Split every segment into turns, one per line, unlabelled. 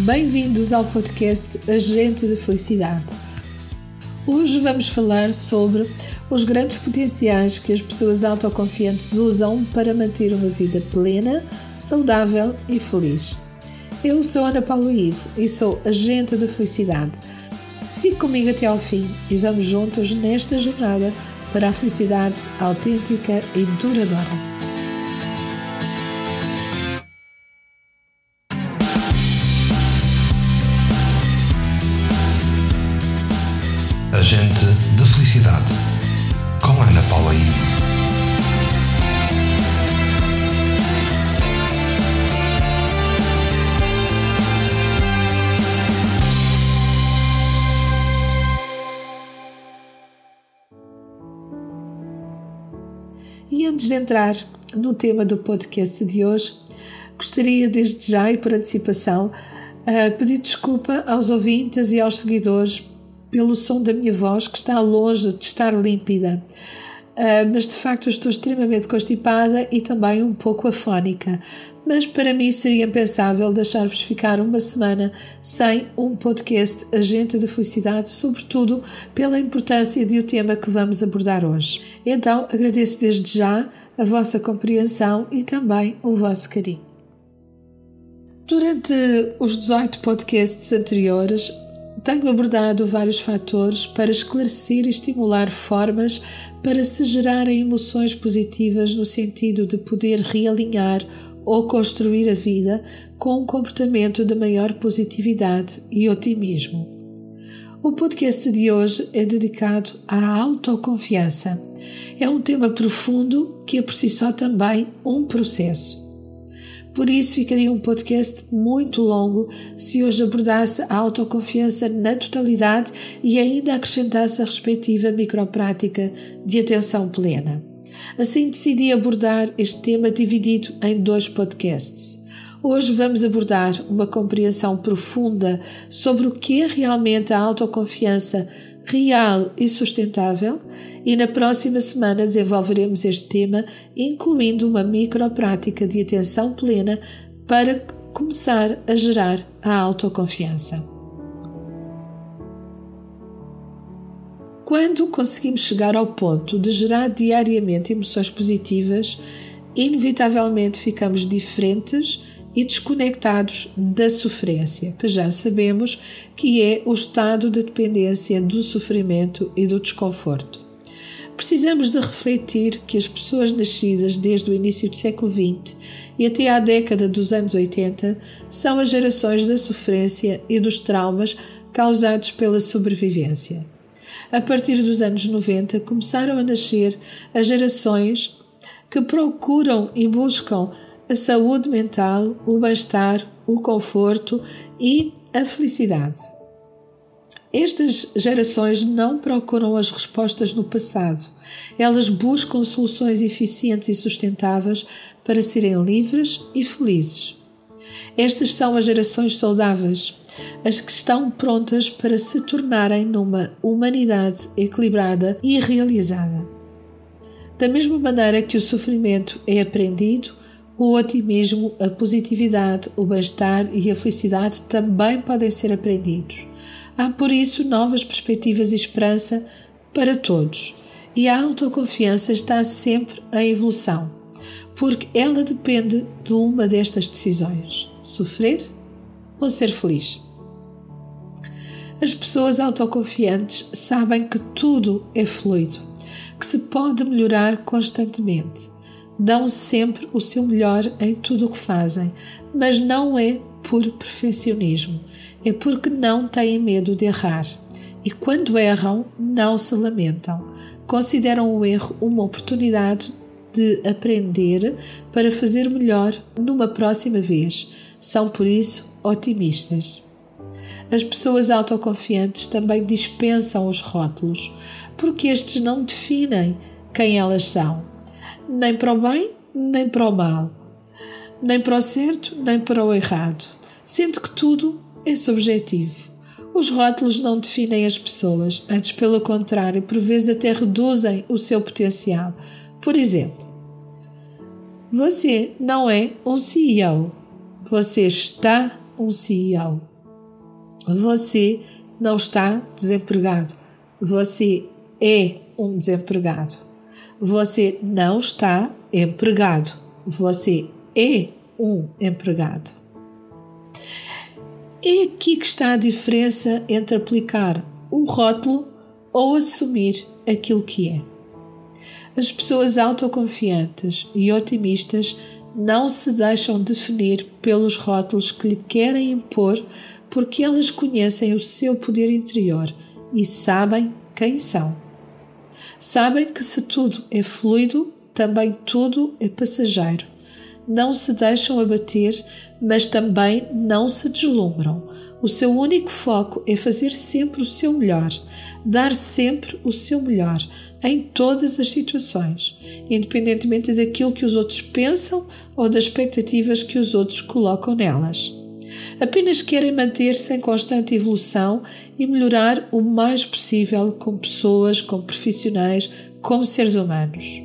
Bem-vindos ao podcast Agente de Felicidade. Hoje vamos falar sobre os grandes potenciais que as pessoas autoconfiantes usam para manter uma vida plena, saudável e feliz. Eu sou Ana Paula Ivo e sou Agente de Felicidade. Fique comigo até ao fim e vamos juntos nesta jornada para a felicidade autêntica e duradoura.
Agente de Felicidade, com Ana Paula Ivo.
E antes de entrar no tema do podcast de hoje, gostaria desde já e por antecipação pedir desculpa aos ouvintes e aos seguidores pelo som da minha voz, que está longe de estar límpida. Mas de facto eu estou extremamente constipada e também um pouco afónica. Mas para mim seria impensável deixar-vos ficar uma semana sem um podcast Agente de Felicidade, sobretudo pela importância do tema que vamos abordar hoje. Então agradeço desde já a vossa compreensão e também o vosso carinho. Durante os 18 podcasts anteriores, tenho abordado vários fatores para esclarecer e estimular formas para se gerarem emoções positivas no sentido de poder realinhar ou construir a vida com um comportamento de maior positividade e otimismo. O podcast de hoje é dedicado à autoconfiança. É um tema profundo que é por si só também um processo. Por isso ficaria um podcast muito longo se hoje abordasse a autoconfiança na totalidade e ainda acrescentasse a respectiva microprática de atenção plena. Assim decidi abordar este tema dividido em 2 podcasts. Hoje vamos abordar uma compreensão profunda sobre o que é realmente a autoconfiança real e sustentável, e na próxima semana desenvolveremos este tema, incluindo uma microprática de atenção plena para começar a gerar a autoconfiança. Quando conseguimos chegar ao ponto de gerar diariamente emoções positivas, inevitavelmente ficamos diferentes e desconectados da sofrência, que já sabemos que é o estado de dependência do sofrimento e do desconforto. Precisamos de refletir que as pessoas nascidas desde o início do século XX e até à década dos anos 80 são as gerações da sofrência e dos traumas causados pela sobrevivência. A partir dos anos 90 começaram a nascer as gerações que procuram e buscam a saúde mental, o bem-estar, o conforto e a felicidade. Estas gerações não procuram as respostas no passado. Elas buscam soluções eficientes e sustentáveis para serem livres e felizes. Estas são as gerações saudáveis, as que estão prontas para se tornarem numa humanidade equilibrada e realizada. Da mesma maneira que o sofrimento é aprendido, o otimismo, a positividade, o bem-estar e a felicidade também podem ser aprendidos. Há, por isso, novas perspectivas e esperança para todos. E a autoconfiança está sempre em evolução, porque ela depende de uma destas decisões: sofrer ou ser feliz. As pessoas autoconfiantes sabem que tudo é fluido, que se pode melhorar constantemente. Dão sempre o seu melhor em tudo o que fazem, mas não é por perfeccionismo, é porque não têm medo de errar. E quando erram, não se lamentam. Consideram o erro uma oportunidade de aprender para fazer melhor numa próxima vez. São, por isso, otimistas. As pessoas autoconfiantes também dispensam os rótulos, porque estes não definem quem elas são. Nem para o bem, nem para o mal. Nem para o certo, nem para o errado. Sendo que tudo é subjetivo. Os rótulos não definem as pessoas, antes pelo contrário, por vezes até reduzem o seu potencial. Por exemplo, você não é um CEO, você está um CEO. Você não está desempregado. Você é um desempregado. Você não está empregado. Você é um empregado. É aqui que está a diferença entre aplicar um rótulo ou assumir aquilo que é. As pessoas autoconfiantes e otimistas não se deixam definir pelos rótulos que lhe querem impor, porque elas conhecem o seu poder interior e sabem quem são. Sabem que se tudo é fluido, também tudo é passageiro. Não se deixam abater, mas também não se deslumbram. O seu único foco é fazer sempre o seu melhor, dar sempre o seu melhor em todas as situações, independentemente daquilo que os outros pensam ou das expectativas que os outros colocam nelas. Apenas querem manter-se em constante evolução e melhorar o mais possível como pessoas, como profissionais, como seres humanos.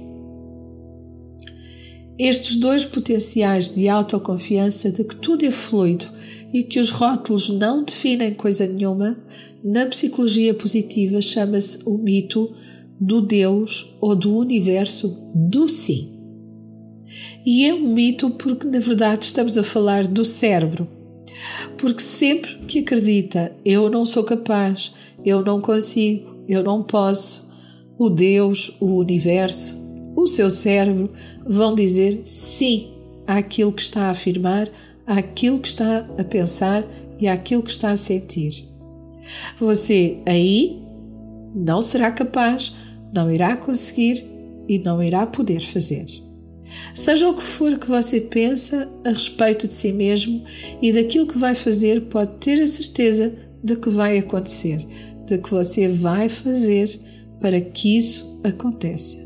Estes dois potenciais de autoconfiança de que tudo é fluido e que os rótulos não definem coisa nenhuma, na psicologia positiva chama-se o mito do Deus ou do universo do sim. E é um mito porque, na verdade, estamos a falar do cérebro. Porque sempre que acredita, eu não sou capaz, eu não consigo, eu não posso, o Deus, o universo, o seu cérebro vão dizer sim àquilo que está a afirmar, àquilo que está a pensar e àquilo que está a sentir. Você aí não será capaz, não irá conseguir e não irá poder fazer. Seja o que for que você pensa a respeito de si mesmo e daquilo que vai fazer, pode ter a certeza de que vai acontecer, de que você vai fazer para que isso aconteça.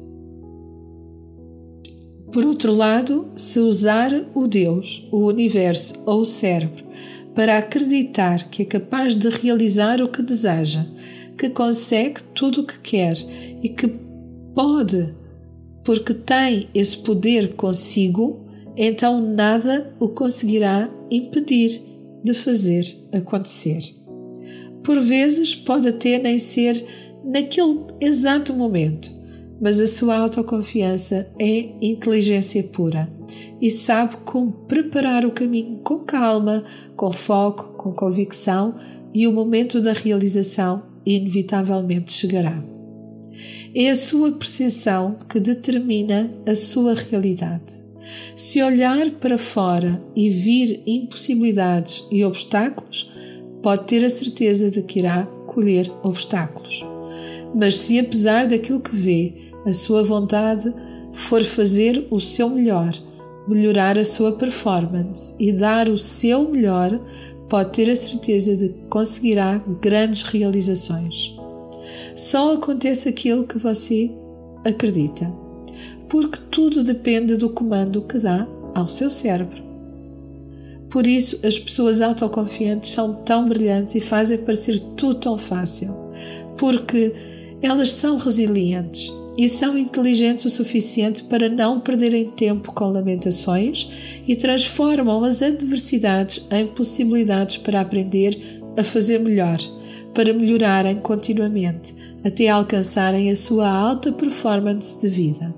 Por outro lado, se usar o Deus, o universo ou o cérebro para acreditar que é capaz de realizar o que deseja, que consegue tudo o que quer e que pode, porque tem esse poder consigo, então nada o conseguirá impedir de fazer acontecer. Por vezes pode até nem ser naquele exato momento, mas a sua autoconfiança é inteligência pura e sabe como preparar o caminho com calma, com foco, com convicção, e o momento da realização inevitavelmente chegará. É a sua percepção que determina a sua realidade. Se olhar para fora e vir impossibilidades e obstáculos, pode ter a certeza de que irá colher obstáculos. Mas se, apesar daquilo que vê, a sua vontade for fazer o seu melhor, melhorar a sua performance e dar o seu melhor, pode ter a certeza de que conseguirá grandes realizações. Só acontece aquilo que você acredita, porque tudo depende do comando que dá ao seu cérebro. Por isso, as pessoas autoconfiantes são tão brilhantes e fazem parecer tudo tão fácil, porque elas são resilientes e são inteligentes o suficiente para não perderem tempo com lamentações e transformam as adversidades em possibilidades para aprender a fazer melhor, para melhorarem continuamente, até alcançarem a sua alta performance de vida.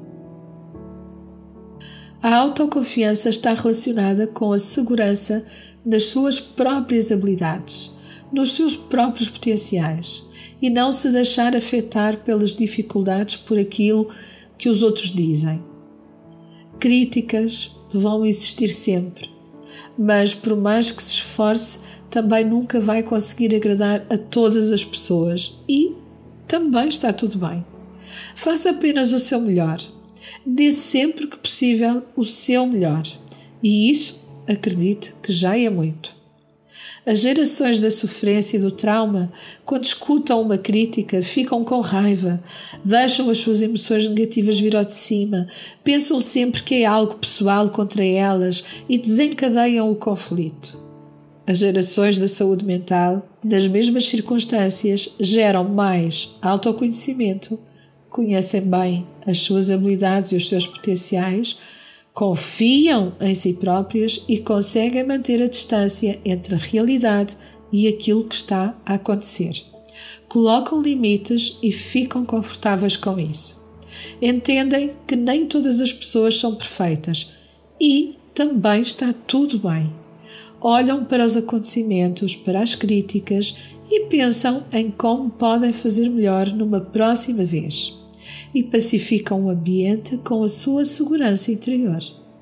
A autoconfiança está relacionada com a segurança nas suas próprias habilidades, nos seus próprios potenciais, e não se deixar afetar pelas dificuldades por aquilo que os outros dizem. Críticas vão existir sempre, mas por mais que se esforce, também nunca vai conseguir agradar a todas as pessoas e também está tudo bem. Faça apenas o seu melhor. Dê sempre que possível o seu melhor. E isso, acredite que já é muito. As gerações da sofrência e do trauma, quando escutam uma crítica, ficam com raiva, deixam as suas emoções negativas vir ao de cima, pensam sempre que é algo pessoal contra elas e desencadeiam o conflito. As gerações da saúde mental, nas mesmas circunstâncias, geram mais autoconhecimento, conhecem bem as suas habilidades e os seus potenciais, confiam em si próprios e conseguem manter a distância entre a realidade e aquilo que está a acontecer. Colocam limites e ficam confortáveis com isso. Entendem que nem todas as pessoas são perfeitas e também está tudo bem. Olham para os acontecimentos, para as críticas e pensam em como podem fazer melhor numa próxima vez. E pacificam o ambiente com a sua segurança interior.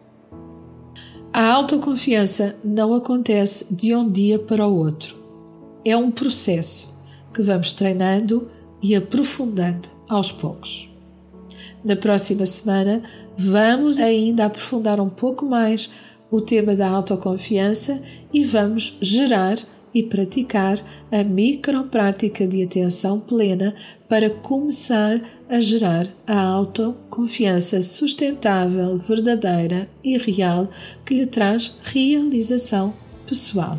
A autoconfiança não acontece de um dia para o outro. É um processo que vamos treinando e aprofundando aos poucos. Na próxima semana, vamos ainda aprofundar um pouco mais o tema da autoconfiança e vamos gerar e praticar a microprática de atenção plena para começar a gerar a autoconfiança sustentável, verdadeira e real que lhe traz realização pessoal.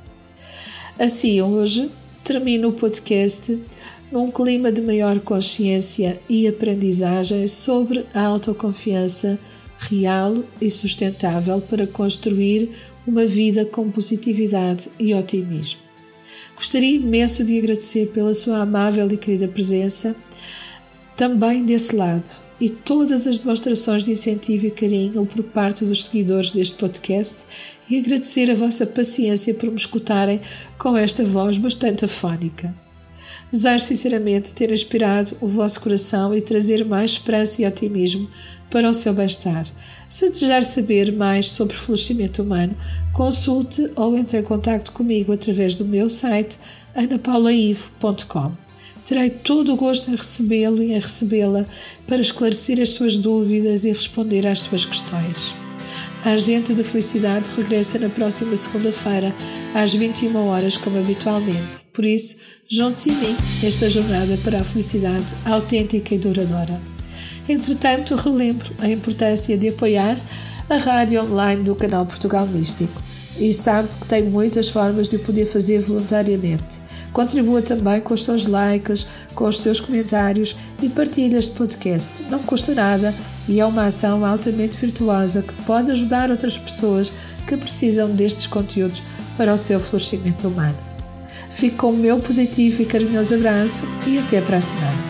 Assim, hoje termino o podcast num clima de maior consciência e aprendizagem sobre a autoconfiança real e sustentável para construir uma vida com positividade e otimismo. Gostaria imenso de agradecer pela sua amável e querida presença também desse lado e todas as demonstrações de incentivo e carinho por parte dos seguidores deste podcast e agradecer a vossa paciência por me escutarem com esta voz bastante afónica. Desejo sinceramente ter inspirado o vosso coração e trazer mais esperança e otimismo para o seu bem-estar. Se desejar saber mais sobre florescimento humano, consulte ou entre em contato comigo através do meu site anapaulaivo.com. Terei todo o gosto em recebê-lo e em recebê-la para esclarecer as suas dúvidas e responder às suas questões. A Agente da Felicidade regressa na próxima segunda-feira, às 21 horas, como habitualmente. Por isso, junte-se a mim nesta jornada para a felicidade autêntica e duradoura. Entretanto, relembro a importância de apoiar a rádio online do canal Portugal Místico e sabe que tem muitas formas de o poder fazer voluntariamente. Contribua também com os seus likes, com os seus comentários e partilha este podcast. Não custa nada e é uma ação altamente virtuosa que pode ajudar outras pessoas que precisam destes conteúdos para o seu florescimento humano. Fico com o meu positivo e carinhoso abraço e até para a semana.